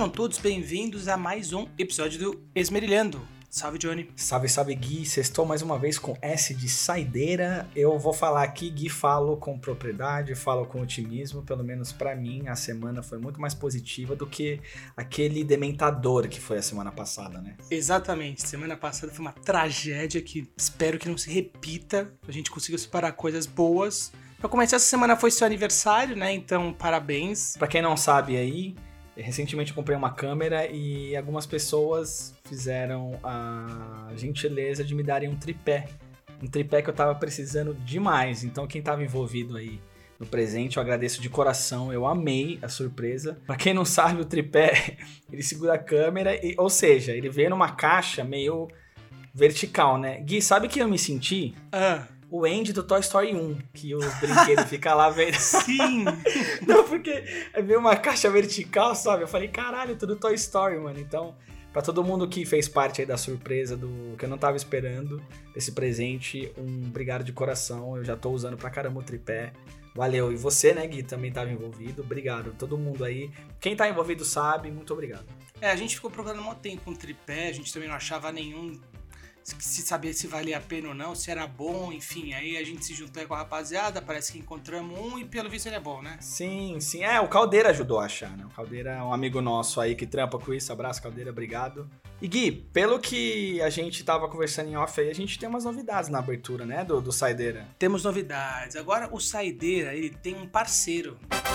Sejam todos bem-vindos a mais um episódio do Esmerilhando. Salve, Johnny. Salve, salve, Gui. Sextou mais uma vez com S de saideira. Eu vou falar aqui, Gui, falo com propriedade, falo com otimismo. Pelo menos pra mim, a semana foi muito mais positiva do que aquele dementador que foi a semana passada, né? Exatamente. Semana passada foi uma tragédia que espero que não se repita. A gente consiga separar coisas boas. Pra começar, essa semana foi seu aniversário, né? Então, parabéns. Pra quem não sabe aí, recentemente eu comprei uma câmera e algumas pessoas fizeram a gentileza de me darem um tripé. Um tripé que eu tava precisando demais. Então quem tava envolvido aí no presente, eu agradeço de coração. Eu amei a surpresa. Pra quem não sabe, o tripé, ele segura a câmera, ou seja, ele veio numa caixa meio vertical, né? Gui, sabe que eu me senti? O Andy do Toy Story 1, que os brinquedos ficam lá vendo. Sim! Não, porque veio uma caixa vertical, sabe? Eu falei, caralho, tudo Toy Story, mano. Então, pra todo mundo que fez parte aí da surpresa, do que eu não tava esperando, esse presente, um obrigado de coração. Eu já tô usando pra caramba o tripé. Valeu. E você, né, Gui, também tava envolvido. Obrigado. Todo mundo aí. Quem tá envolvido sabe, muito obrigado. A gente ficou procurando um tempo um tripé, a gente também não achava nenhum... se sabia se valia a pena ou não, se era bom, enfim, aí a gente se juntou com a rapaziada, parece que encontramos um e pelo visto ele é bom, né? Sim, sim, o Caldeira ajudou a achar, né? O Caldeira é um amigo nosso aí que trampa com isso, abraço Caldeira, obrigado. E Gui, pelo que a gente tava conversando em off aí, a gente tem umas novidades na abertura, né, do Saideira. Temos novidades, agora o Saideira, ele tem um parceiro.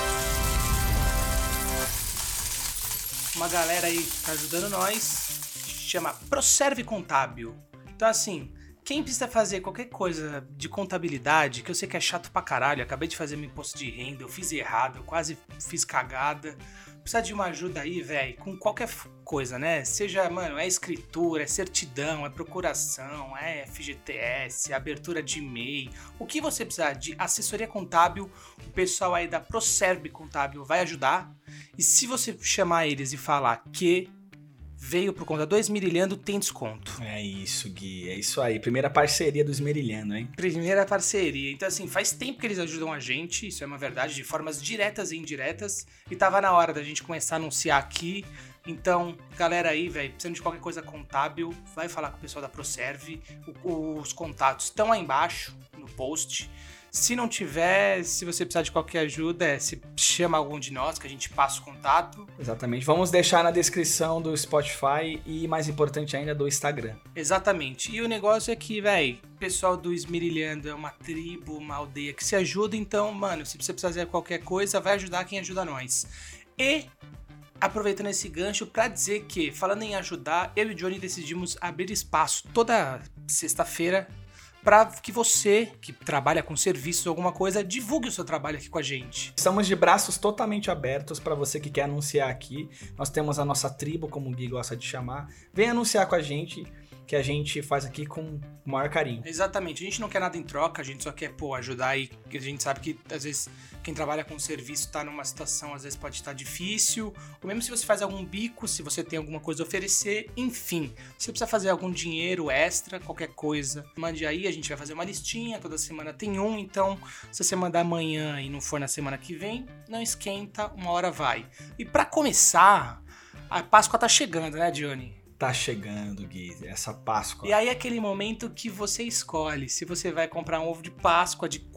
Uma galera aí que tá ajudando nós, chama Proserve Contábil. Então, assim, quem precisa fazer qualquer coisa de contabilidade, que eu sei que é chato pra caralho, acabei de fazer meu imposto de renda, eu fiz errado, eu quase fiz cagada, precisa de uma ajuda aí, velho, com qualquer coisa, né? Seja, mano, é escritura, é certidão, é procuração, é FGTS, abertura de e-mail, o que você precisar de assessoria contábil, o pessoal aí da Proserve Contábil vai ajudar. E se você chamar eles e falar que veio por conta do Esmerilhando, tem desconto. É isso, Gui, é isso aí. Primeira parceria do Esmerilhando, hein? Primeira parceria. Então, assim, faz tempo que eles ajudam a gente, isso é uma verdade, de formas diretas e indiretas. E tava na hora da gente começar a anunciar aqui. Então, galera aí, velho, precisando de qualquer coisa contábil, vai falar com o pessoal da Proserve. Os contatos estão aí embaixo, no post. Se não tiver, se você precisar de qualquer ajuda, se chama algum de nós que a gente passa o contato. Exatamente. Vamos deixar na descrição do Spotify e, mais importante ainda, do Instagram. Exatamente. E o negócio é que, velho, o pessoal do Esmerilhando é uma tribo, uma aldeia que se ajuda. Então, mano, se você precisar fazer qualquer coisa, vai ajudar quem ajuda nós. E, aproveitando esse gancho pra dizer que, falando em ajudar, eu e o Johnny decidimos abrir espaço toda sexta-feira para que você, que trabalha com serviços ou alguma coisa, divulgue o seu trabalho aqui com a gente. Estamos de braços totalmente abertos para você que quer anunciar aqui. Nós temos a nossa tribo, como o Gui gosta de chamar. Vem anunciar com a gente, que a gente faz aqui com o maior carinho. Exatamente, a gente não quer nada em troca, a gente só quer, ajudar aí, que a gente sabe que às vezes quem trabalha com serviço tá numa situação, às vezes pode estar difícil, ou mesmo se você faz algum bico, se você tem alguma coisa a oferecer, enfim, se você precisa fazer algum dinheiro extra, qualquer coisa, mande aí, a gente vai fazer uma listinha, toda semana tem um, então se você mandar amanhã e não for na semana que vem, não esquenta, uma hora vai. E pra começar, a Páscoa tá chegando, né, Johnny? Tá chegando, Gui, essa Páscoa. E aí é aquele momento que você escolhe se você vai comprar um ovo de Páscoa de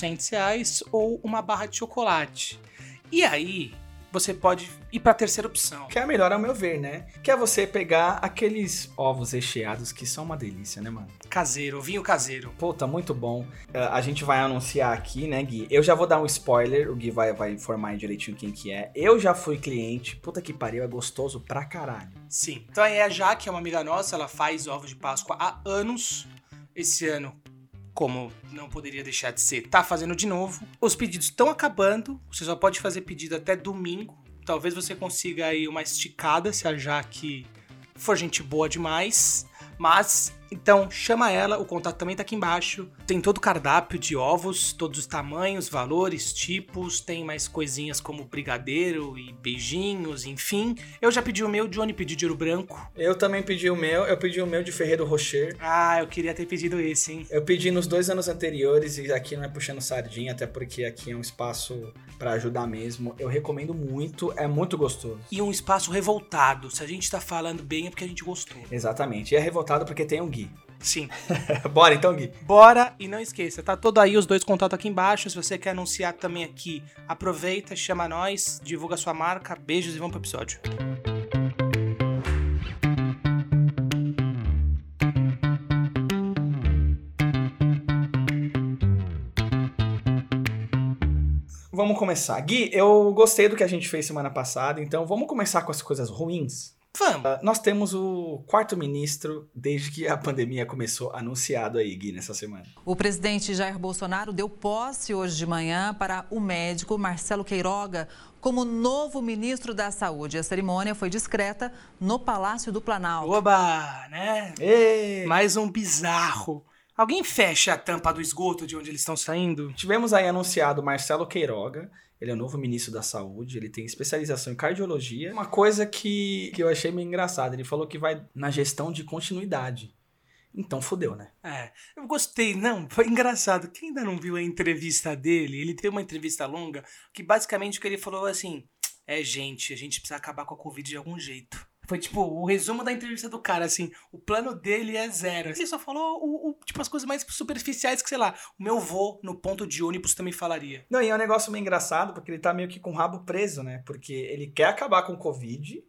R$400 ou uma barra de chocolate. E aí você pode ir pra terceira opção. Que é a melhor ao meu ver, né? Que é você pegar aqueles ovos recheados que são uma delícia, né, mano? Caseiro, vinho caseiro. Pô, tá muito bom. A gente vai anunciar aqui, né, Gui? Eu já vou dar um spoiler, o Gui vai informar direitinho quem que é. Eu já fui cliente, puta que pariu, é gostoso pra caralho. Sim. Então aí a Jaque é uma amiga nossa, ela faz ovos de Páscoa há anos. Esse ano, como não poderia deixar de ser, tá fazendo de novo. Os pedidos estão acabando, você só pode fazer pedido até domingo. Talvez você consiga aí uma esticada, se a Jaque for gente boa demais. Mas Então, chama ela, o contato também tá aqui embaixo. Tem todo o cardápio de ovos, todos os tamanhos, valores, tipos. Tem mais coisinhas como brigadeiro e beijinhos, enfim. Eu já pedi o meu, Johnny pediu de ouro branco. Eu também pedi o meu, eu pedi o meu de Ferrero Rocher. Ah, eu queria ter pedido esse, hein? Eu pedi nos 2 anos anteriores e aqui não é puxando sardinha, até porque aqui é um espaço pra ajudar mesmo. Eu recomendo muito, é muito gostoso. E um espaço revoltado. Se a gente tá falando bem é porque a gente gostou. Exatamente, e é revoltado porque tem um Gui. Sim. Bora então, Gui. Bora, e não esqueça, tá todo aí os 2 contatos aqui embaixo. Se você quer anunciar também aqui, aproveita, chama nós, divulga sua marca. Beijos e vamos pro episódio. Vamos começar. Gui, eu gostei do que a gente fez semana passada, então vamos começar com as coisas ruins? Vamos. Nós temos o 4º ministro desde que a pandemia começou, anunciado aí, Gui, nessa semana. O presidente Jair Bolsonaro deu posse hoje de manhã para o médico Marcelo Queiroga como novo ministro da Saúde. A cerimônia foi discreta no Palácio do Planalto. Oba, né? Ei! Mais um bizarro. Alguém fecha a tampa do esgoto de onde eles estão saindo? Tivemos aí anunciado Marcelo Queiroga, ele é o novo ministro da Saúde, ele tem especialização em cardiologia. Uma coisa que eu achei meio engraçada, ele falou que vai na gestão de continuidade. Então fodeu, né? Eu gostei, não, foi engraçado. Quem ainda não viu a entrevista dele, ele teve uma entrevista longa, que basicamente o que ele falou assim, gente, a gente precisa acabar com a Covid de algum jeito. Foi tipo o resumo da entrevista do cara, assim, o plano dele é 0. Ele só falou tipo as coisas mais superficiais que, sei lá, o meu vô no ponto de ônibus também falaria. Não, e é um negócio meio engraçado, porque ele tá meio que com o rabo preso, né? Porque ele quer acabar com o Covid,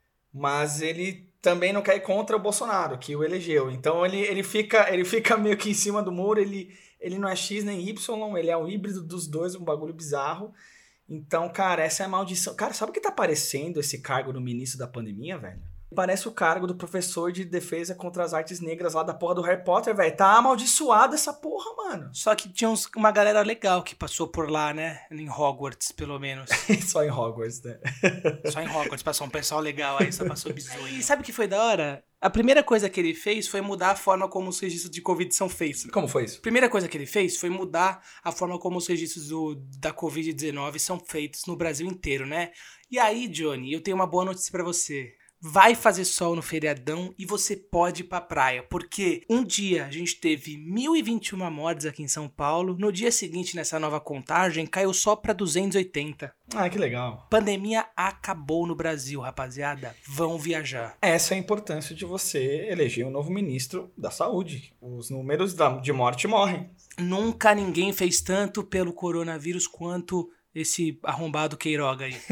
mas ele também não quer ir contra o Bolsonaro, que o elegeu. Então ele fica meio que em cima do muro, ele não é X nem Y, ele é um híbrido dos dois, um bagulho bizarro. Então, cara, essa é a maldição. Cara, sabe o que tá parecendo esse cargo no início da pandemia, velho? Parece o cargo do professor de defesa contra as artes negras lá da porra do Harry Potter, velho. Tá amaldiçoado essa porra, mano. Só que tinha uma galera legal que passou por lá, né? Em Hogwarts, pelo menos. Só em Hogwarts, né? Só em Hogwarts passou um pessoal legal aí, só passou bizonho. E sabe o que foi da hora? A primeira coisa que ele fez foi mudar a forma como os registros de Covid são feitos. Como foi isso? A primeira coisa que ele fez foi mudar a forma como os registros da Covid-19 são feitos no Brasil inteiro, né? E aí, Johnny, eu tenho uma boa notícia pra você. Vai fazer sol no feriadão e você pode ir pra praia, porque um dia a gente teve 1.021 mortes aqui em São Paulo, no dia seguinte, nessa nova contagem, caiu só pra 280. Ah, que legal. Pandemia acabou no Brasil, rapaziada. Vão viajar. Essa é a importância de você eleger um novo ministro da Saúde. Os números de morte morrem. Nunca ninguém fez tanto pelo coronavírus quanto esse arrombado Queiroga aí.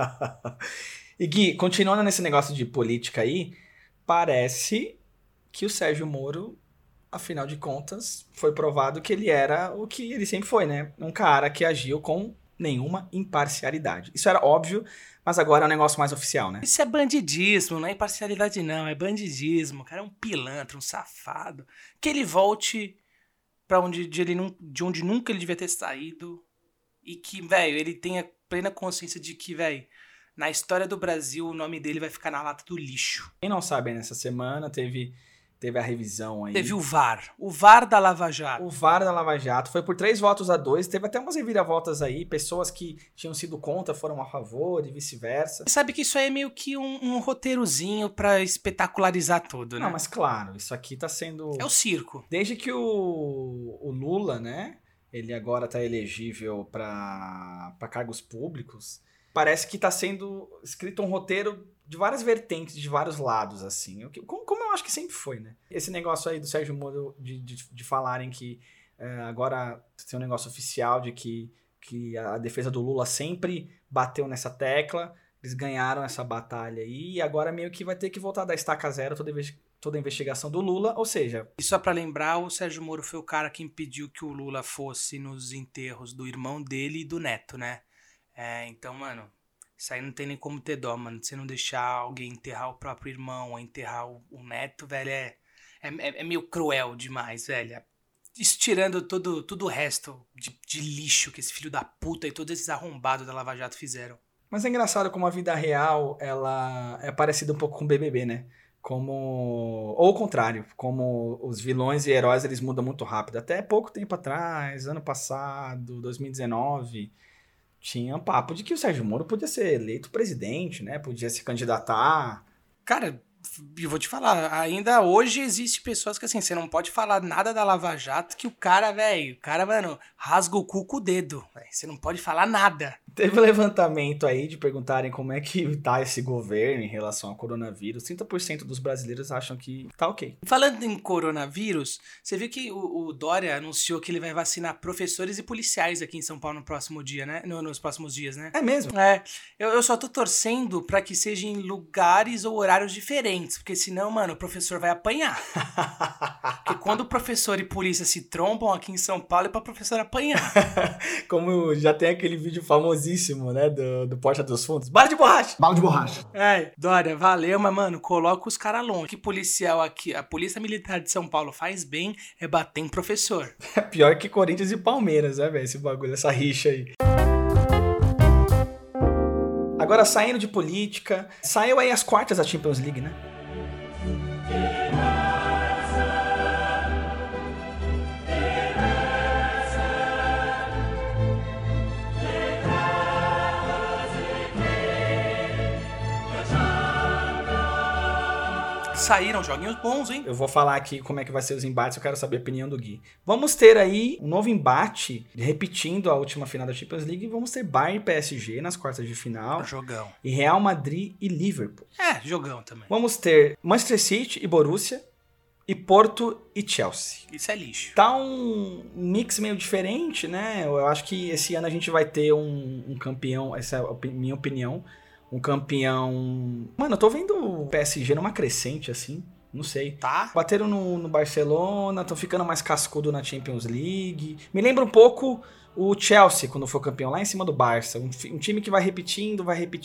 E Gui, continuando nesse negócio de política aí, parece que o Sérgio Moro, afinal de contas, foi provado que ele era o que ele sempre foi, né? Um cara que agiu com nenhuma imparcialidade. Isso era óbvio, mas agora é um negócio mais oficial, né? Isso é bandidismo, não é imparcialidade não, é bandidismo. O cara é um pilantra, um safado. Que ele volte pra de onde nunca ele devia ter saído e que, velho, ele tenha plena consciência de que, velho, na história do Brasil, o nome dele vai ficar na lata do lixo. Quem não sabe, nessa semana teve a revisão aí. Teve o VAR da Lava Jato. O VAR da Lava Jato foi por 3-2, teve até umas reviravoltas aí, pessoas que tinham sido contra foram a favor e vice-versa. Você sabe que isso aí é meio que um roteirozinho pra espetacularizar tudo, né? Não, mas claro, isso aqui tá sendo... É o circo. Desde que o Lula, né, ele agora tá elegível pra cargos públicos, parece que tá sendo escrito um roteiro de várias vertentes, de vários lados, assim. Como eu acho que sempre foi, né? Esse negócio aí do Sérgio Moro de falarem que agora tem um negócio oficial de que a defesa do Lula sempre bateu nessa tecla, eles ganharam essa batalha aí, e agora meio que vai ter que voltar da estaca zero toda a investigação do Lula, ou seja... E só pra lembrar, o Sérgio Moro foi o cara que impediu que o Lula fosse nos enterros do irmão dele e do neto, né? Então, mano, isso aí não tem nem como ter dó, mano. Você não deixar alguém enterrar o próprio irmão ou enterrar o neto, velho, é meio cruel demais, velho. Estirando todo o resto de lixo que esse filho da puta e todos esses arrombados da Lava Jato fizeram. Mas é engraçado como a vida real, ela é parecida um pouco com o BBB, né? ou o contrário, como os vilões e heróis eles mudam muito rápido. Até pouco tempo atrás, ano passado, 2019, tinha papo de que o Sérgio Moro podia ser eleito presidente, né? Podia se candidatar. Cara, eu vou te falar, ainda hoje existe pessoas que assim, você não pode falar nada da Lava Jato que o cara, mano, rasga o cu com o dedo, véio. Você não pode falar nada. Teve um levantamento aí de perguntarem como é que tá esse governo em relação ao coronavírus. 30% dos brasileiros acham que tá ok. Falando em coronavírus, você viu que o Dória anunciou que ele vai vacinar professores e policiais aqui em São Paulo no próximo dia, né? Nos próximos dias, né? É mesmo? É. Eu só tô torcendo pra que seja em lugares ou horários diferentes, porque senão, mano, o professor vai apanhar. Porque quando o professor e polícia se trombam aqui em São Paulo é pra professor apanhar. Como já tem aquele vídeo famosíssimo, né, do Porta dos Fundos. Bala de borracha! Bala de borracha! É, Dória, valeu, mas, mano, coloca os caras longe. O que policial aqui, a Polícia Militar de São Paulo faz bem é bater em professor. É pior que Corinthians e Palmeiras, né, velho, esse bagulho, essa rixa aí. Agora, saindo de política, saiu aí as quartas da Champions League, né? Saíram joguinhos bons, hein? Eu vou falar aqui como é que vai ser os embates, eu quero saber a opinião do Gui. Vamos ter aí um novo embate, repetindo a última final da Champions League, e vamos ter Bayern e PSG nas quartas de final. Jogão. E Real Madrid e Liverpool. É, jogão também. Vamos ter Manchester City e Borussia, e Porto e Chelsea. Isso é lixo. Tá um mix meio diferente, né? Eu acho que esse ano a gente vai ter um campeão, essa é a minha opinião, um campeão... Mano, eu tô vendo o PSG numa crescente, assim, não sei. Tá. Bateram no Barcelona, estão ficando mais cascudo na Champions League. Me lembra um pouco o Chelsea, quando foi campeão, lá em cima do Barça. Um time que vai repetindo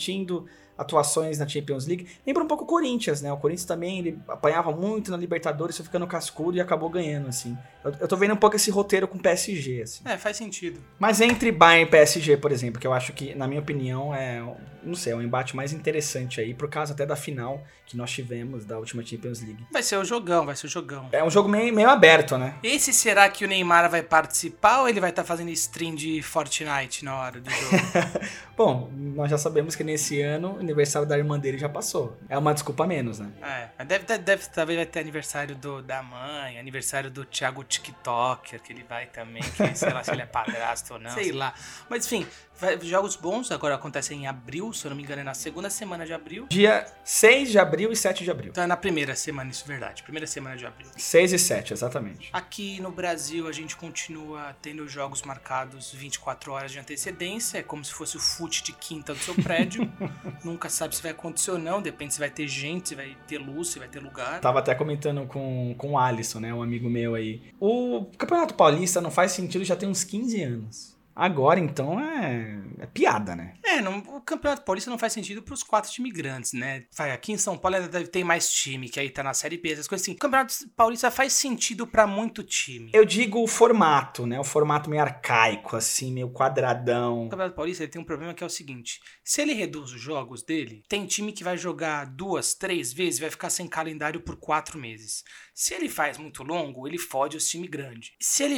atuações na Champions League. Lembra um pouco o Corinthians, né? O Corinthians também, ele apanhava muito na Libertadores, foi ficando cascudo e acabou ganhando, assim. Eu tô vendo um pouco esse roteiro com o PSG, assim. É, faz sentido. Mas entre Bayern e PSG, por exemplo, que eu acho que, na minha opinião, não sei, é um embate mais interessante aí, por causa até da final que nós tivemos da última Champions League. Vai ser o jogão. É um jogo meio aberto, né? Esse será que o Neymar vai participar ou ele vai estar fazendo stream de Fortnite na hora do jogo? Bom, nós já sabemos que nesse ano o aniversário da irmã dele já passou. É uma desculpa a menos, né? É, talvez vai ter aniversário da mãe, aniversário do Thiago TikToker, que ele vai também, que sei lá se ele é padrasto ou não. Sei lá. Mas enfim, jogos bons agora acontecem em abril, se eu não me engano é na segunda semana de abril. Dia 6 de abril e 7 de abril. Então é na primeira semana, isso é verdade. Primeira semana de abril. 6 e 7, exatamente. Aqui no Brasil a gente continua tendo jogos marcados 24 horas de antecedência, é como se fosse o fute de quinta do seu prédio. Nunca sabe se vai acontecer ou não, depende se vai ter gente, se vai ter luz, se vai ter lugar. Tava até comentando com o Alisson, né, um amigo meu aí. O Campeonato Paulista não faz sentido já tem uns 15 anos. Agora, então, é piada, né? O Campeonato Paulista não faz sentido pros 4 times grandes, né? Aqui em São Paulo ainda deve ter mais time, que aí tá na Série B, essas coisas assim. O Campeonato Paulista faz sentido pra muito time. Eu digo o formato, né? O formato meio arcaico, assim, meio quadradão. O Campeonato Paulista ele tem um problema que é o seguinte. Se ele reduz os jogos dele, tem time que vai jogar 2, 3 vezes e vai ficar sem calendário por 4 meses. Se ele faz muito longo, ele fode os times grandes. Se ele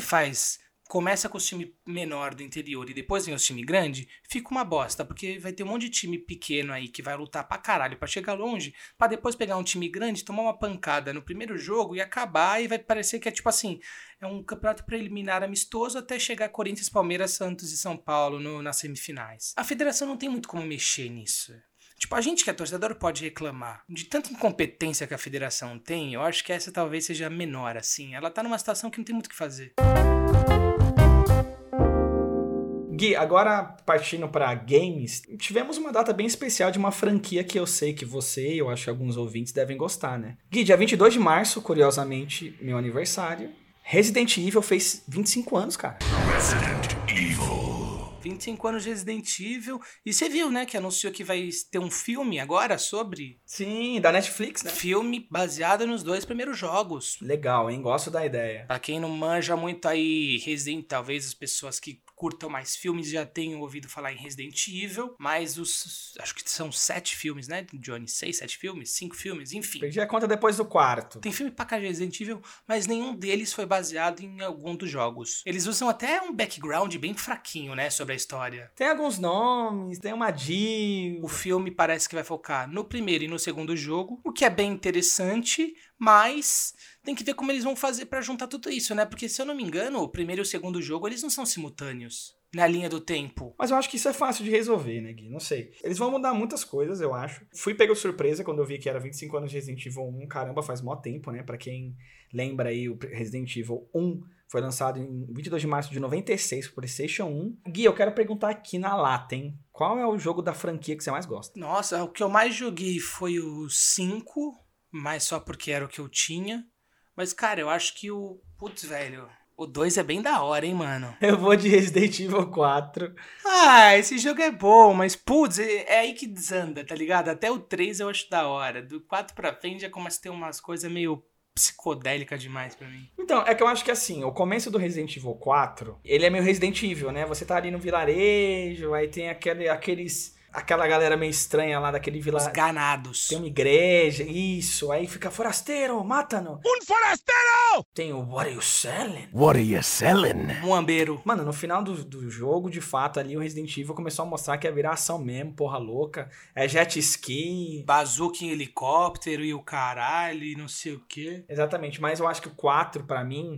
começa com o time menor do interior e depois vem o time grande, fica uma bosta, porque vai ter um monte de time pequeno aí que vai lutar pra caralho pra chegar longe, pra depois pegar um time grande, tomar uma pancada no primeiro jogo e acabar, e vai parecer que é tipo assim, é um campeonato preliminar amistoso até chegar Corinthians, Palmeiras, Santos e São Paulo nas semifinais. A federação não tem muito como mexer nisso. Tipo, a gente que é torcedor pode reclamar. De tanta incompetência que a federação tem, eu acho que essa talvez seja a menor, assim. Ela tá numa situação que não tem muito o que fazer. Gui, agora partindo para games, tivemos uma data bem especial de uma franquia que eu sei que você e eu acho que alguns ouvintes devem gostar, né? Gui, dia 22 de março, curiosamente, meu aniversário, Resident Evil fez 25 anos, cara. Resident Evil. 25 anos de Resident Evil. E você viu, né, que anunciou que vai ter um filme agora sobre... Sim, da Netflix, né? Filme baseado nos 2 primeiros jogos. Legal, hein? Gosto da ideia. Pra quem não manja muito aí Resident, talvez as pessoas que curtam mais filmes já tenham ouvido falar em Resident Evil, mas acho que são 7 filmes, né, Johnny? 6, 7 filmes? 5 filmes? Enfim. Perdi a conta depois do 4. Tem filme pra cá de Resident Evil, mas nenhum deles foi baseado em algum dos jogos. Eles usam até um background bem fraquinho, né, sobre a história. Tem alguns nomes, tem uma Jill. O filme parece que vai focar no primeiro e no segundo jogo, o que é bem interessante, mas tem que ver como eles vão fazer pra juntar tudo isso, né? Porque, se eu não me engano, o primeiro e o segundo jogo, eles não são simultâneos na linha do tempo. Mas eu acho que isso é fácil de resolver, né, Gui? Não sei. Eles vão mudar muitas coisas, eu acho. Fui pego de surpresa quando eu vi que era 25 anos de Resident Evil 1. Caramba, faz mó tempo, né? Pra quem lembra aí, o Resident Evil 1 foi lançado em 22 de março de 96 pro PlayStation 1. Gui, eu quero perguntar aqui na lata, hein? Qual é o jogo da franquia que você mais gosta? Nossa, o que eu mais joguei foi o 5, mas só porque era o que eu tinha. Mas, cara, eu acho que o... Putz, velho... O 2 é bem da hora, hein, mano? Eu vou de Resident Evil 4. Ah, esse jogo é bom, mas, putz, é aí que desanda, tá ligado? Até o 3 eu acho da hora. Do 4 pra frente já começa a ter umas coisas meio psicodélica demais pra mim. Então, é que eu acho que assim, o começo do Resident Evil 4, ele é meio Resident Evil, né? Você tá ali no vilarejo, aí tem aquela galera meio estranha lá daquele vilarejo. Os ganados. Tem uma igreja, isso. Aí fica forasteiro, mata-no. Forasteiro! Tem o What are you selling? What are you selling? Muambeiro. Mano, no final do jogo, de fato, ali o Resident Evil começou a mostrar que ia virar ação mesmo, porra louca. É jet ski. Bazuca em helicóptero e o caralho e não sei o quê. Exatamente, mas eu acho que o 4, pra mim,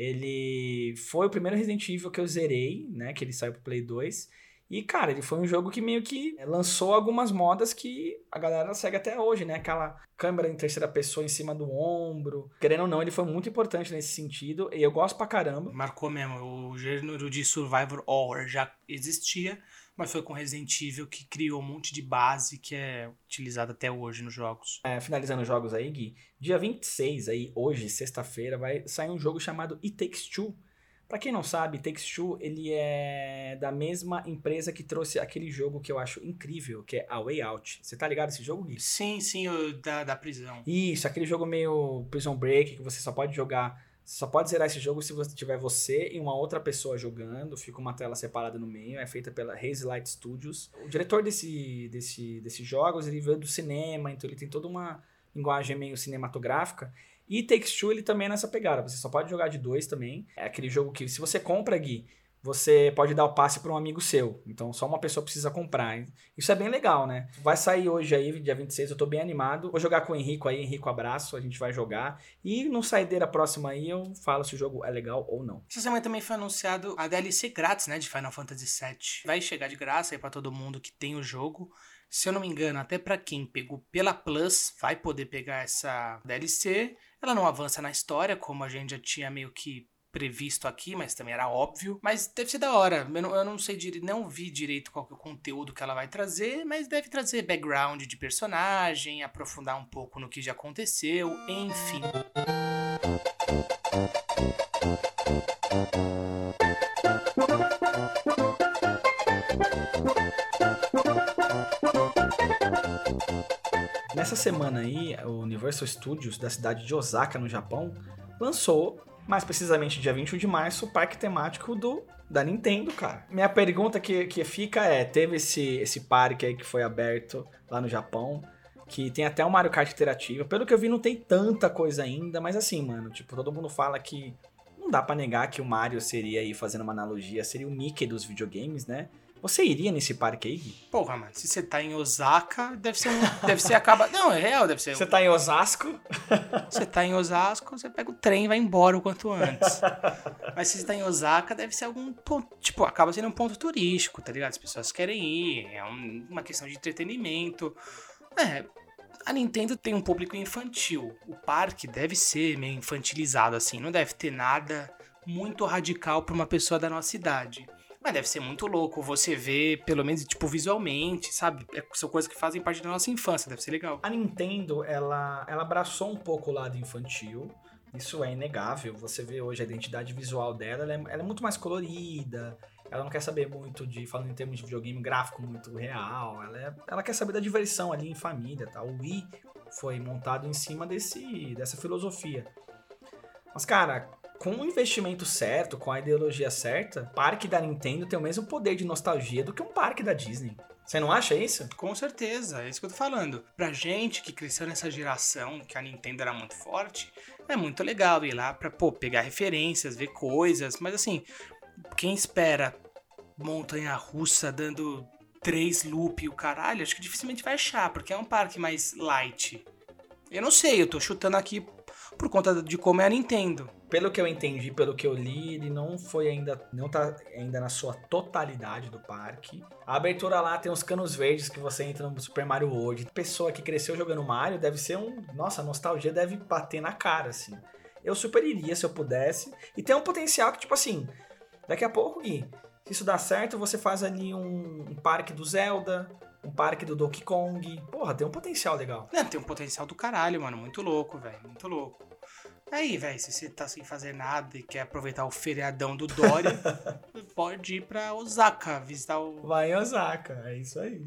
ele foi o primeiro Resident Evil que eu zerei, né? Que ele saiu pro Play 2. E, cara, ele foi um jogo que meio que lançou algumas modas que a galera segue até hoje, né? Aquela câmera em terceira pessoa em cima do ombro. Querendo ou não, ele foi muito importante nesse sentido. E eu gosto pra caramba. Marcou mesmo. O gênero de Survivor Horror já existia, mas foi com Resident Evil que criou um monte de base que é utilizada até hoje nos jogos. Finalizando os jogos aí, Gui. Dia 26, aí, hoje, sexta-feira, vai sair um jogo chamado It Takes Two. Pra quem não sabe, Takes-Two, ele é da mesma empresa que trouxe aquele jogo que eu acho incrível, que é A Way Out. Você tá ligado esse jogo, Gui? Sim, da prisão. Isso, aquele jogo meio Prison Break, que você só pode jogar, só pode zerar esse jogo se você tiver você e uma outra pessoa jogando, fica uma tela separada no meio, é feita pela Haze Light Studios. O diretor desses jogos, ele veio do cinema, então ele tem toda uma linguagem meio cinematográfica. E Takes-Two, ele também é nessa pegada. Você só pode jogar de 2 também. É aquele jogo que, se você compra, Gui, você pode dar o passe para um amigo seu. Então, só uma pessoa precisa comprar. Isso é bem legal, né? Vai sair hoje aí, dia 26, eu tô bem animado. Vou jogar com o Henrico aí. Henrico, abraço. A gente vai jogar. E no saideira próxima aí, eu falo se o jogo é legal ou não. Essa semana também foi anunciado a DLC grátis, né, de Final Fantasy VII. Vai chegar de graça aí para todo mundo que tem o jogo. Se eu não me engano, até pra quem pegou pela Plus, vai poder pegar essa DLC. Ela não avança na história, como a gente já tinha meio que previsto aqui, mas também era óbvio. Mas deve ser da hora. Eu não sei, não vi direito qual que é o conteúdo que ela vai trazer, mas deve trazer background de personagem, aprofundar um pouco no que já aconteceu, enfim. Nessa semana aí, o Universal Studios da cidade de Osaka, no Japão, lançou, mais precisamente dia 21 de março, o parque temático da Nintendo, cara. Minha pergunta que fica é, teve esse parque aí que foi aberto lá no Japão, que tem até um Mario Kart interativo. Pelo que eu vi, não tem tanta coisa ainda, mas assim, mano, tipo, todo mundo fala que não dá pra negar que o Mario seria aí, fazendo uma analogia, seria o Mickey dos videogames, né? Você iria nesse parque aí, Gui? Porra, mano, se você tá em Osaka, deve ser acaba... Não, é real, deve ser... Você tá em Osasco? Você tá em Osasco, você pega o trem e vai embora o quanto antes. Mas se você tá em Osaka, deve ser algum ponto... Tipo, acaba sendo um ponto turístico, tá ligado? As pessoas querem ir, é uma questão de entretenimento. A Nintendo tem um público infantil. O parque deve ser meio infantilizado, assim. Não deve ter nada muito radical pra uma pessoa da nossa idade. Mas deve ser muito louco você ver, pelo menos, tipo, visualmente, sabe? São coisas que fazem parte da nossa infância, deve ser legal. A Nintendo, ela abraçou um pouco o lado infantil, isso é inegável. Você vê hoje a identidade visual dela, ela é muito mais colorida, ela não quer saber muito falando em termos de videogame, gráfico muito real, ela quer saber da diversão ali em família, tá? O Wii foi montado em cima dessa filosofia. Mas, cara, com o investimento certo, com a ideologia certa, o parque da Nintendo tem o mesmo poder de nostalgia do que um parque da Disney. Você não acha isso? Com certeza, é isso que eu tô falando. Pra gente que cresceu nessa geração, que a Nintendo era muito forte, é muito legal ir lá pra, pegar referências, ver coisas. Mas assim, quem espera montanha-russa dando 3 loop e o caralho, acho que dificilmente vai achar, porque é um parque mais light. Eu não sei, eu tô chutando aqui por conta de como é a Nintendo. Pelo que eu entendi, pelo que eu li, ele não tá ainda na sua totalidade do parque. A abertura lá tem uns canos verdes que você entra no Super Mario World. Pessoa que cresceu jogando Mario deve ser nossa, a nostalgia deve bater na cara, assim. Eu super iria se eu pudesse. E tem um potencial que, tipo assim, daqui a pouco, Gui, se isso dá certo, você faz ali um parque do Zelda, um parque do Donkey Kong. Porra, tem um potencial legal. Não, tem um potencial do caralho, mano. Muito louco, velho. Muito louco. Aí, velho, se você tá sem fazer nada e quer aproveitar o feriadão do Dória, pode ir pra Osaka, visitar o... Vai em Osaka, é isso aí.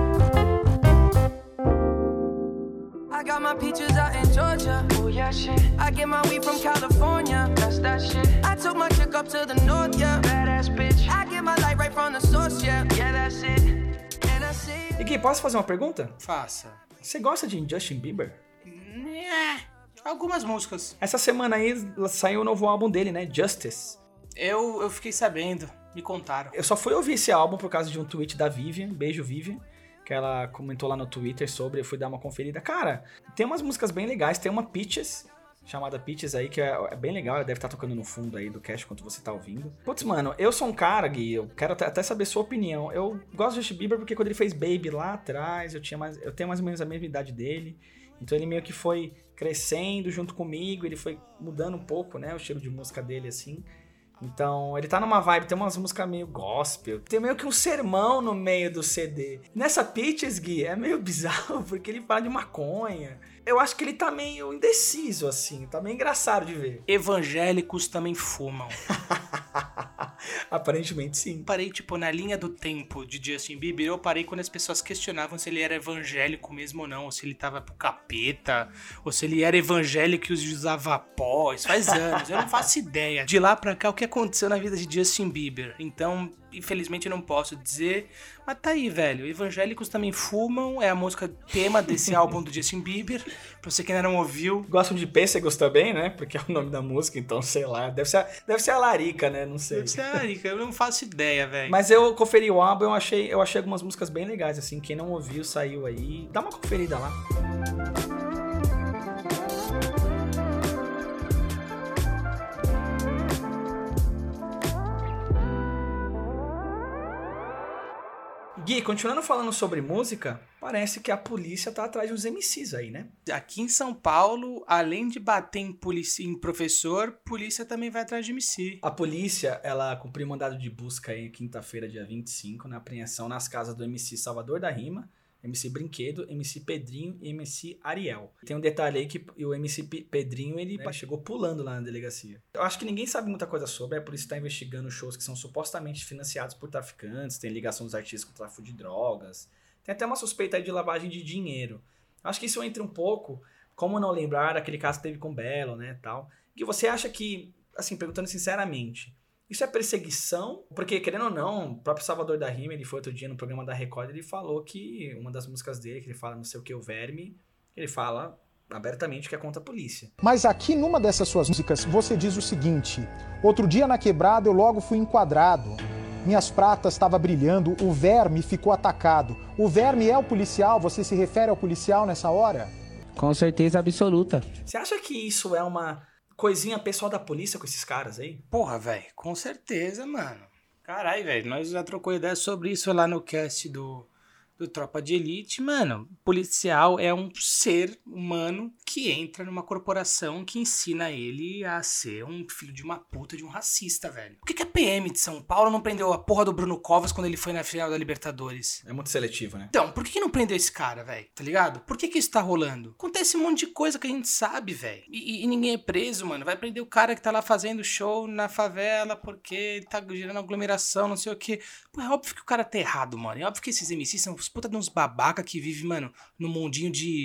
I got my peaches out in Georgia. Oh yeah, shit. I get my weed from California. That's that shit. I took my chick up to the north, yeah. Badass bitch. I get my light right from the source, yeah. Yeah, that's it. And I see. E Gui, posso fazer uma pergunta? Faça. Você gosta de Justin Bieber? Algumas músicas. Essa semana aí saiu o novo álbum dele, né? Justice. Eu fiquei sabendo, me contaram. Eu só fui ouvir esse álbum por causa de um tweet da Vivian, beijo Vivian, que ela comentou lá no Twitter sobre, eu fui dar uma conferida. Cara, tem umas músicas bem legais, tem uma Peaches, chamada Peaches aí, que é bem legal, ela deve estar tocando no fundo aí do cast enquanto você tá ouvindo. Putz, mano, eu sou um cara, Gui, eu quero até saber sua opinião. Eu gosto do Justin Bieber porque quando ele fez Baby lá atrás, eu tenho mais ou menos a mesma idade dele, então ele meio que foi crescendo junto comigo, ele foi mudando um pouco, né, o estilo de música dele, assim. Então, ele tá numa vibe, tem umas músicas meio gospel, tem meio que um sermão no meio do CD. Nessa Peaches, Gui, é meio bizarro, porque ele fala de maconha. Eu acho que ele tá meio indeciso, assim, tá meio engraçado de ver. Evangélicos também fumam. Aparentemente, sim. Parei, tipo, na linha do tempo de Justin Bieber, eu parei quando as pessoas questionavam se ele era evangélico mesmo ou não, ou se ele tava pro capeta, ou se ele era evangélico e usava pó. Isso faz anos, eu não faço ideia. De lá pra cá, o que aconteceu na vida de Justin Bieber. Então, infelizmente, eu não posso dizer. Mas tá aí, velho. Evangélicos também fumam. É a música tema desse álbum do Justin Bieber. Pra você que ainda não ouviu. Gostam de pêssegos também, né? Porque é o nome da música, então sei lá. Deve ser a Larica, né? Não sei. Deve ser a Larica. Eu não faço ideia, velho. Mas eu conferi o álbum, eu achei algumas músicas bem legais, assim. Quem não ouviu, saiu aí. Dá uma conferida lá. Gui, continuando falando sobre música, parece que a polícia tá atrás de uns MCs aí, né? Aqui em São Paulo, além de bater em professor, polícia também vai atrás de MC. A polícia, ela cumpriu mandado de busca aí quinta-feira, dia 25, na apreensão nas casas do MC Salvador da Rima, MC Brinquedo, MC Pedrinho e MC Ariel. Tem um detalhe aí que o MC Pedrinho, ele chegou pulando lá na delegacia. Eu acho que ninguém sabe muita coisa sobre, a polícia está investigando shows que são supostamente financiados por traficantes, tem ligação dos artistas com tráfico de drogas, tem até uma suspeita aí de lavagem de dinheiro. Eu acho que isso entra um pouco, como não lembrar aquele caso que teve com o Belo, né, tal. Que você acha que, assim, perguntando sinceramente, isso é perseguição? Porque, querendo ou não, o próprio Salvador da Rima, ele foi outro dia no programa da Record, ele falou que uma das músicas dele, que ele fala não sei o que, o Verme, ele fala abertamente que é contra a polícia. Mas aqui numa dessas suas músicas, você diz o seguinte: outro dia na quebrada eu logo fui enquadrado, minhas pratas estavam brilhando, o verme ficou atacado. O verme é o policial? Você se refere ao policial nessa hora? Com certeza absoluta. Você acha que isso é uma coisinha pessoal da polícia com esses caras aí? Porra, velho, com certeza, mano. Caralho, velho, nós já trocou ideia sobre isso lá no cast do Tropa de Elite. Mano, policial é um ser humano que entra numa corporação que ensina ele a ser um filho de uma puta, de um racista, velho. Por que a PM de São Paulo não prendeu a porra do Bruno Covas quando ele foi na final da Libertadores? É muito seletivo, né? Então, por que não prendeu esse cara, velho? Tá ligado? Por que isso tá rolando? Acontece um monte de coisa que a gente sabe, velho. E ninguém é preso, mano. Vai prender o cara que tá lá fazendo show na favela porque ele tá gerando aglomeração, não sei o quê. Pô, é óbvio que o cara tá errado, mano. É óbvio que esses MCs são os puta de uns babaca que vivem, mano, no mundinho de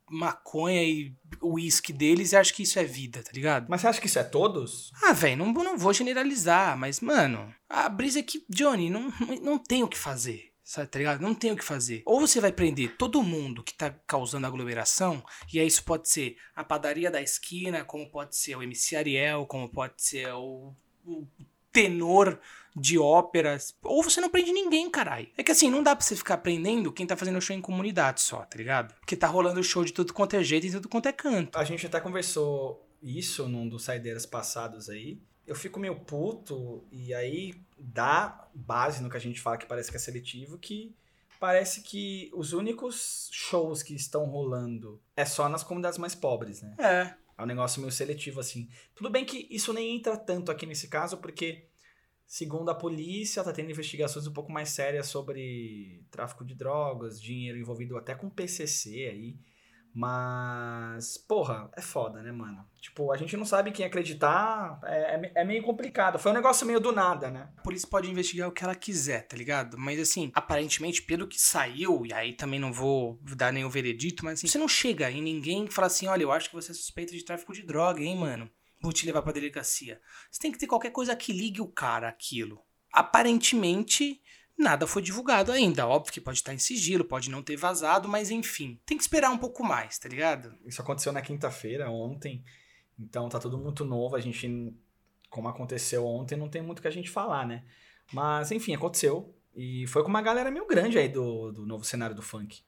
maconha e uísque deles e acham que isso é vida, tá ligado? Mas você acha que isso é todos? Ah, velho, não vou generalizar, mas, mano, a brisa é que, Johnny, não tem o que fazer, sabe, tá ligado? Não tem o que fazer. Ou você vai prender todo mundo que tá causando aglomeração, e aí isso pode ser a padaria da esquina, como pode ser o MC Ariel, como pode ser o tenor de óperas, ou você não prende ninguém, caralho. É que assim, não dá pra você ficar prendendo quem tá fazendo show em comunidade só, tá ligado? Porque tá rolando show de tudo quanto é jeito e tudo quanto é canto. A gente até conversou isso num dos saideiras passados aí. Eu fico meio puto, e aí dá base no que a gente fala que parece que é seletivo, que parece que os únicos shows que estão rolando é só nas comunidades mais pobres, né? É um negócio meio seletivo, assim. Tudo bem que isso nem entra tanto aqui nesse caso, porque, segundo a polícia, tá tendo investigações um pouco mais sérias sobre tráfico de drogas, dinheiro envolvido até com PCC aí. Mas, porra, é foda, né, mano? Tipo, a gente não sabe quem acreditar, é meio complicado. Foi um negócio meio do nada, né? A polícia pode investigar o que ela quiser, tá ligado? Mas assim, aparentemente, pelo que saiu, e aí também não vou dar nenhum veredito, mas assim, você não chega em ninguém e fala assim, olha, eu acho que você é suspeito de tráfico de droga, hein, mano? Vou te levar pra delegacia. Você tem que ter qualquer coisa que ligue o cara àquilo. Aparentemente, nada foi divulgado ainda. Óbvio que pode estar em sigilo, pode não ter vazado, mas enfim. Tem que esperar um pouco mais, tá ligado? Isso aconteceu na quinta-feira, ontem. Então tá tudo muito novo. A gente, como aconteceu ontem, não tem muito o que a gente falar, né? Mas enfim, aconteceu. E foi com uma galera meio grande aí do novo cenário do funk.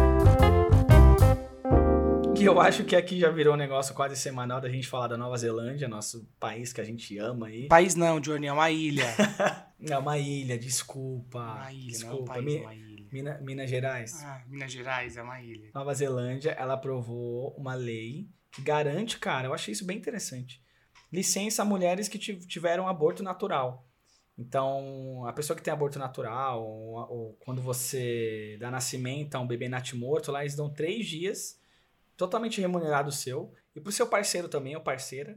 Que eu acho que aqui já virou um negócio quase semanal da gente falar da Nova Zelândia, nosso país que a gente ama aí. País não, Johnny, é uma ilha. É uma ilha, desculpa. Uma ilha, desculpa. não é um país, é uma ilha. Minas Gerais. Ah, Minas Gerais é uma ilha. Nova Zelândia, ela aprovou uma lei que garante, cara, eu achei isso bem interessante, licença a mulheres que tiveram aborto natural. Então, a pessoa que tem aborto natural, ou quando você dá nascimento a um bebê natimorto, lá eles dão 3 dias totalmente remunerado seu, e pro seu parceiro também, ou parceira,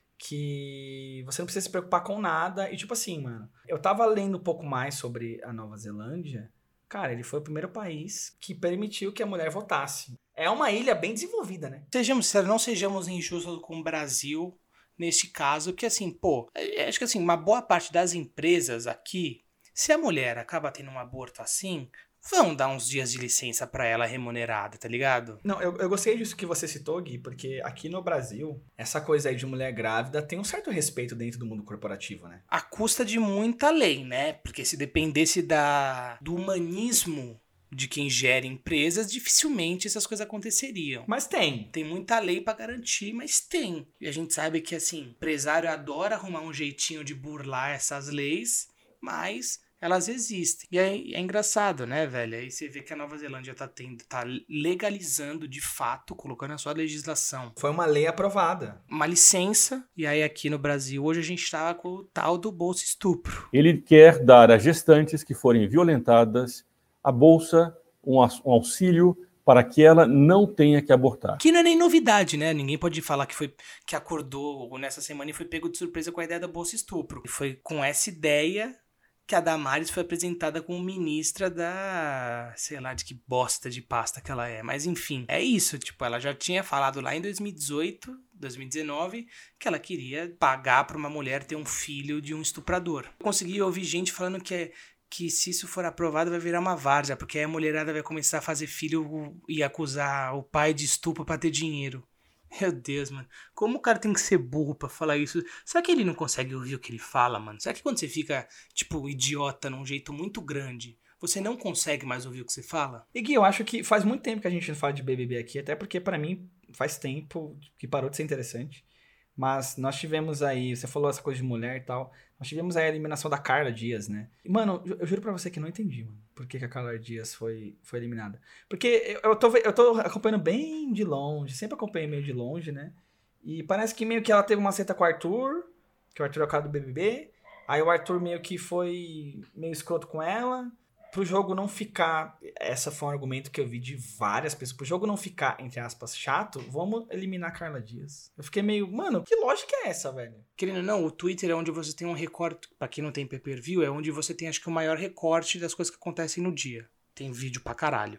que você não precisa se preocupar com nada, e tipo assim, mano, eu tava lendo um pouco mais sobre a Nova Zelândia, cara, ele foi o primeiro país que permitiu que a mulher votasse. É uma ilha bem desenvolvida, né? Sejamos sérios, não sejamos injustos com o Brasil neste caso, que assim, pô, acho que assim, uma boa parte das empresas aqui, se a mulher acaba tendo um aborto assim, vão dar uns dias de licença pra ela remunerada, tá ligado? Não, eu gostei disso que você citou, Gui, porque aqui no Brasil, essa coisa aí de mulher grávida tem um certo respeito dentro do mundo corporativo, né? À custa de muita lei, né? Porque se dependesse do humanismo de quem gera empresas, dificilmente essas coisas aconteceriam. Mas tem. Tem muita lei pra garantir, mas tem. E a gente sabe que, assim, empresário adora arrumar um jeitinho de burlar essas leis, mas elas existem. E é engraçado, né, velho? Aí você vê que a Nova Zelândia tá legalizando de fato, colocando na sua legislação. Foi uma lei aprovada. Uma licença. E aí aqui no Brasil, hoje a gente tava com o tal do Bolsa Estupro. Ele quer dar às gestantes que forem violentadas a bolsa, um auxílio para que ela não tenha que abortar. Que não é nem novidade, né? Ninguém pode falar que acordou nessa semana e foi pego de surpresa com a ideia da Bolsa Estupro. E foi com essa ideia que a Damares foi apresentada como ministra da... sei lá de que bosta de pasta que ela é. Mas enfim, é isso. Tipo, ela já tinha falado lá em 2018, 2019, que ela queria pagar para uma mulher ter um filho de um estuprador. Eu consegui ouvir gente falando que se isso for aprovado vai virar uma várzea, porque aí a mulherada vai começar a fazer filho e acusar o pai de estupro pra ter dinheiro. Meu Deus, mano. Como o cara tem que ser burro pra falar isso? Será que ele não consegue ouvir o que ele fala, mano? Será que quando você fica, tipo, idiota num jeito muito grande, você não consegue mais ouvir o que você fala? E Gui, eu acho que faz muito tempo que a gente não fala de BBB aqui, até porque pra mim faz tempo que parou de ser interessante. Mas nós tivemos aí, você falou essa coisa de mulher e tal, nós tivemos aí a eliminação da Carla Dias, né? E, mano, eu juro pra você que não entendi, mano, por que a Carla Dias foi eliminada. Porque eu tô acompanhando bem de longe, sempre acompanhei meio de longe, né? E parece que meio que ela teve uma seta com o Arthur, que o Arthur é o cara do BBB, aí o Arthur meio que foi meio escroto com ela. Pro jogo não ficar, essa foi um argumento que eu vi de várias pessoas, pro jogo não ficar, entre aspas, chato, vamos eliminar a Carla Dias. Eu fiquei meio, mano, que lógica é essa, velho? Querendo ou não, o Twitter é onde você tem um recorte, pra quem não tem pay-per-view, é onde você tem, acho que, o maior recorte das coisas que acontecem no dia. Tem vídeo pra caralho.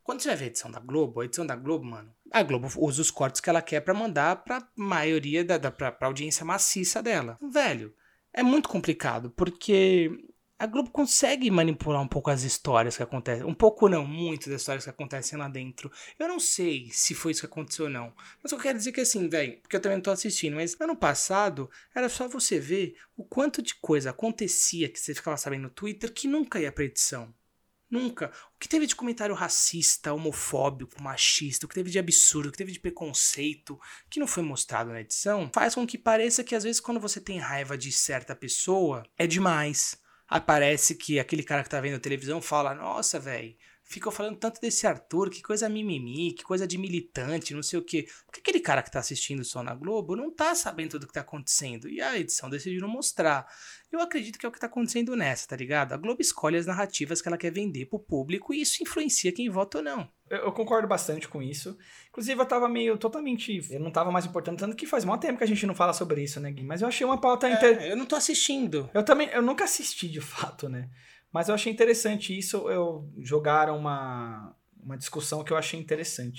Quando você vai ver a edição da Globo, mano, a Globo usa os cortes que ela quer pra mandar pra maioria, pra audiência maciça dela. Velho, é muito complicado, porque a Globo consegue manipular um pouco as histórias que acontecem. Um pouco não, muito das histórias que acontecem lá dentro. Eu não sei se foi isso que aconteceu ou não. Mas eu quero dizer que assim, velho, porque eu também não tô assistindo, mas ano passado era só você ver o quanto de coisa acontecia que você ficava sabendo no Twitter que nunca ia pra edição. Nunca. O que teve de comentário racista, homofóbico, machista, o que teve de absurdo, o que teve de preconceito, que não foi mostrado na edição, faz com que pareça que às vezes quando você tem raiva de certa pessoa, é demais. Aparece que aquele cara que tá vendo a televisão fala, nossa, velho, ficam falando tanto desse Arthur, que coisa mimimi, que coisa de militante, não sei o quê. Porque aquele cara que tá assistindo só na Globo não tá sabendo tudo o que tá acontecendo. E a edição decidiu não mostrar. Eu acredito que é o que tá acontecendo nessa, tá ligado? A Globo escolhe as narrativas que ela quer vender pro público e isso influencia quem vota ou não. Eu concordo bastante com isso. Inclusive, eu tava meio totalmente... Eu não tava mais importando, tanto que faz muito tempo que a gente não fala sobre isso, né, Gui? Mas eu achei uma pauta... Eu não tô assistindo. Eu nunca assisti, de fato, né? Mas eu achei interessante isso. Jogaram uma discussão que eu achei interessante.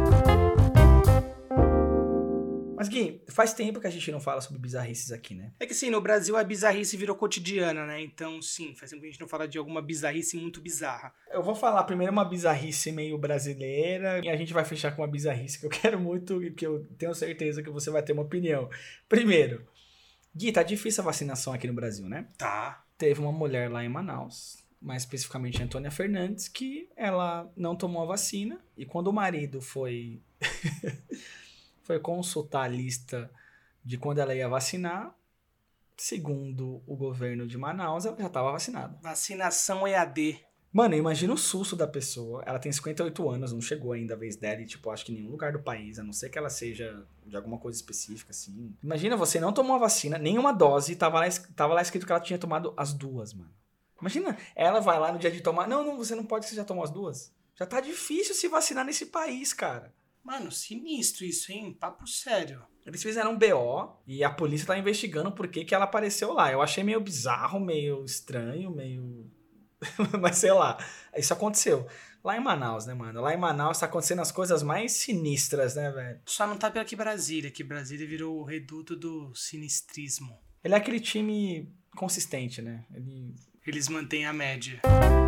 Mas, Gui, faz tempo que a gente não fala sobre bizarrices aqui, né? É que sim, no Brasil a bizarrice virou cotidiana, né? Então, sim, faz tempo que a gente não fala de alguma bizarrice muito bizarra. Eu vou falar primeiro uma bizarrice meio brasileira e a gente vai fechar com uma bizarrice que eu quero muito e que eu tenho certeza que você vai ter uma opinião. Primeiro, Gui, tá difícil a vacinação aqui no Brasil, né? Tá. Teve uma mulher lá em Manaus, mais especificamente a Antônia Fernandes, que ela não tomou a vacina e quando o marido foi consultar a lista de quando ela ia vacinar, segundo o governo de Manaus, ela já estava vacinada. Vacinação EAD. Mano, imagina o susto da pessoa. Ela tem 58 anos, não chegou ainda a vez dela e, tipo, acho que em nenhum lugar do país, a não ser que ela seja de alguma coisa específica, assim. Imagina, você não tomou a vacina, nenhuma dose, tava lá escrito que ela tinha tomado as duas, mano. Imagina, ela vai lá no dia de tomar... Não, você não pode, você já tomou as duas. Já tá difícil se vacinar nesse país, cara. Mano, sinistro isso, hein? Papo sério. Eles fizeram um BO e a polícia tá investigando por que ela apareceu lá. Eu achei meio bizarro, meio estranho, meio... Mas sei lá, isso aconteceu. Lá em Manaus, né, mano? Lá em Manaus tá acontecendo as coisas mais sinistras, né, velho? Só não tá pela que Brasília, que Brasília virou o reduto do sinistrismo. Ele é aquele time consistente, né? Eles mantêm a média.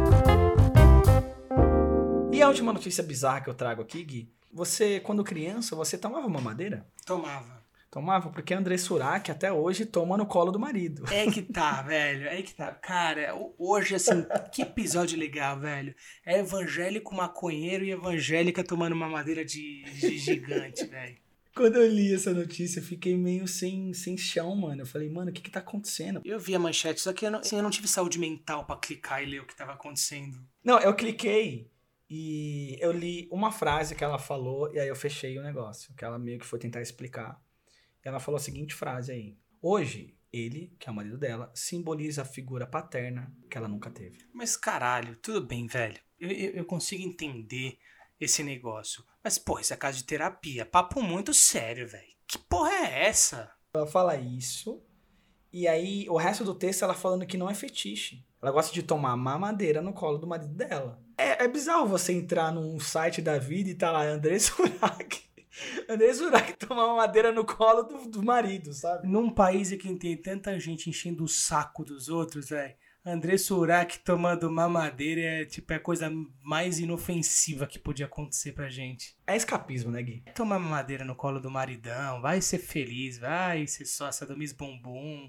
E a última notícia bizarra que eu trago aqui, Gui, você, quando criança, você tomava mamadeira? Tomava, porque André Surak até hoje toma no colo do marido. É que tá, velho. É que tá. Cara, hoje, assim, que episódio legal, velho. É evangélico maconheiro e evangélica tomando mamadeira de gigante, velho. Quando eu li essa notícia, eu fiquei meio sem chão, mano. Eu falei, mano, o que tá acontecendo? Eu vi a manchete, só que eu não tive saúde mental pra clicar e ler o que tava acontecendo. Não, eu cliquei e eu li uma frase que ela falou e aí eu fechei o negócio, que ela meio que foi tentar explicar. E ela falou a seguinte frase aí. Hoje, ele, que é o marido dela, simboliza a figura paterna que ela nunca teve. Mas caralho, tudo bem, velho. Eu consigo entender esse negócio. Mas, porra, isso é caso de terapia. Papo muito sério, velho. Que porra é essa? Ela fala isso, e aí o resto do texto ela falando que não é fetiche. Ela gosta de tomar mamadeira no colo do marido dela. É bizarro você entrar num site da vida e tá lá André Surak. André Surak tomar mamadeira no colo do marido, sabe? Num país em que tem tanta gente enchendo o saco dos outros, velho. André Surak tomando mamadeira é tipo a coisa mais inofensiva que podia acontecer pra gente. É escapismo, né, Gui? Tomar mamadeira no colo do maridão, vai ser feliz, vai ser sócia do Miss Bumbum.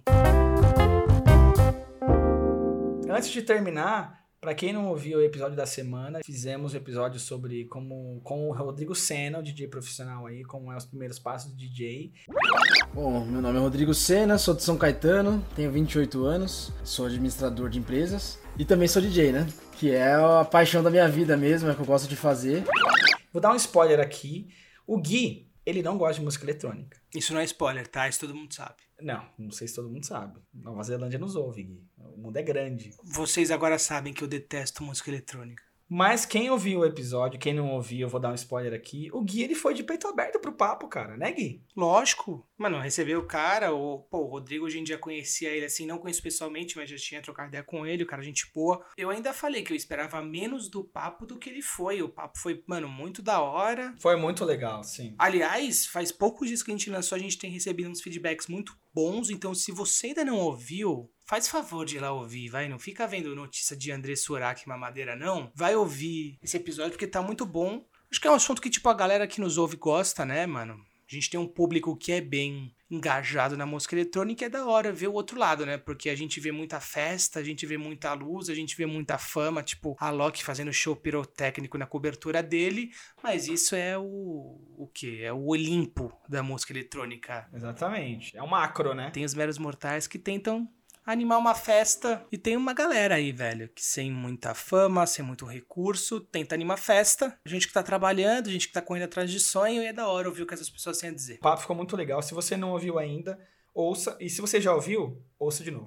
Antes de terminar, pra quem não ouviu o episódio da semana, fizemos um episódio sobre com o Rodrigo Senna, o DJ profissional aí, como é os primeiros passos do DJ. Bom, meu nome é Rodrigo Senna, sou de São Caetano, tenho 28 anos, sou administrador de empresas e também sou DJ, né? Que é a paixão da minha vida mesmo, é o que eu gosto de fazer. Vou dar um spoiler aqui. O Gui, ele não gosta de música eletrônica. Isso não é spoiler, tá? Isso todo mundo sabe. Não sei se todo mundo sabe. Nova Zelândia nos ouve, Gui. O mundo é grande. Vocês agora sabem que eu detesto música eletrônica. Mas quem ouviu o episódio, quem não ouviu, eu vou dar um spoiler aqui. O Gui, ele foi de peito aberto pro papo, cara, né, Gui? Lógico. Mano, recebeu o cara, o Rodrigo, a gente já conhecia ele assim, não conheço pessoalmente, mas já tinha trocado ideia com ele, o cara gente boa. Eu ainda falei que eu esperava menos do papo do que ele foi. O papo foi, mano, muito da hora. Foi muito legal, sim. Aliás, faz poucos dias que a gente lançou, a gente tem recebido uns feedbacks muito bons, então se você ainda não ouviu, faz favor de ir lá ouvir, vai, não fica vendo notícia de André Surak mamadeira, não. Vai ouvir esse episódio porque tá muito bom. Acho que é um assunto que, tipo, a galera que nos ouve gosta, né, mano? A gente tem um público que é bem engajado na música eletrônica, é da hora ver o outro lado, né? Porque a gente vê muita festa, a gente vê muita luz, a gente vê muita fama, tipo, a Loki fazendo show pirotécnico na cobertura dele, mas isso é o quê? É o Olimpo da música eletrônica. Exatamente. É um macro, né? Tem os meros mortais que tentam animar uma festa, e tem uma galera aí, velho, que sem muita fama, sem muito recurso, tenta animar festa, gente que tá trabalhando, gente que tá correndo atrás de sonho, e é da hora ouvir o que essas pessoas têm a dizer. O papo ficou muito legal, se você não ouviu ainda, ouça, e se você já ouviu, ouça de novo.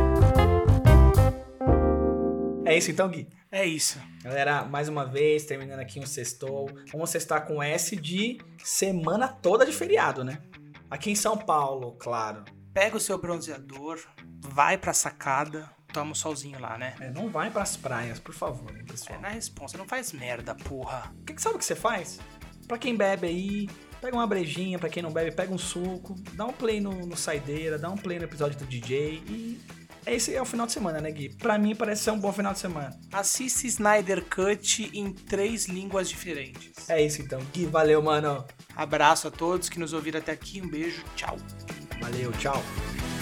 É isso então, Gui? É isso. Galera, mais uma vez, terminando aqui um sextou, vamos sextar com S de semana toda de feriado, né? Aqui em São Paulo, claro. Pega o seu bronzeador, vai pra sacada, toma um solzinho lá, né? Não vai pras praias, por favor, hein, pessoal. Na responsa, não faz merda, porra. Sabe o que você faz? Pra quem bebe aí, pega uma brejinha, pra quem não bebe, pega um suco, dá um play no Saideira, dá um play no episódio do DJ e... Esse é o final de semana, né, Gui? Pra mim parece ser um bom final de semana. Assiste Snyder Cut em 3 línguas diferentes. É isso então, Gui, valeu, mano. Abraço a todos que nos ouviram até aqui, um beijo, tchau. Valeu, tchau.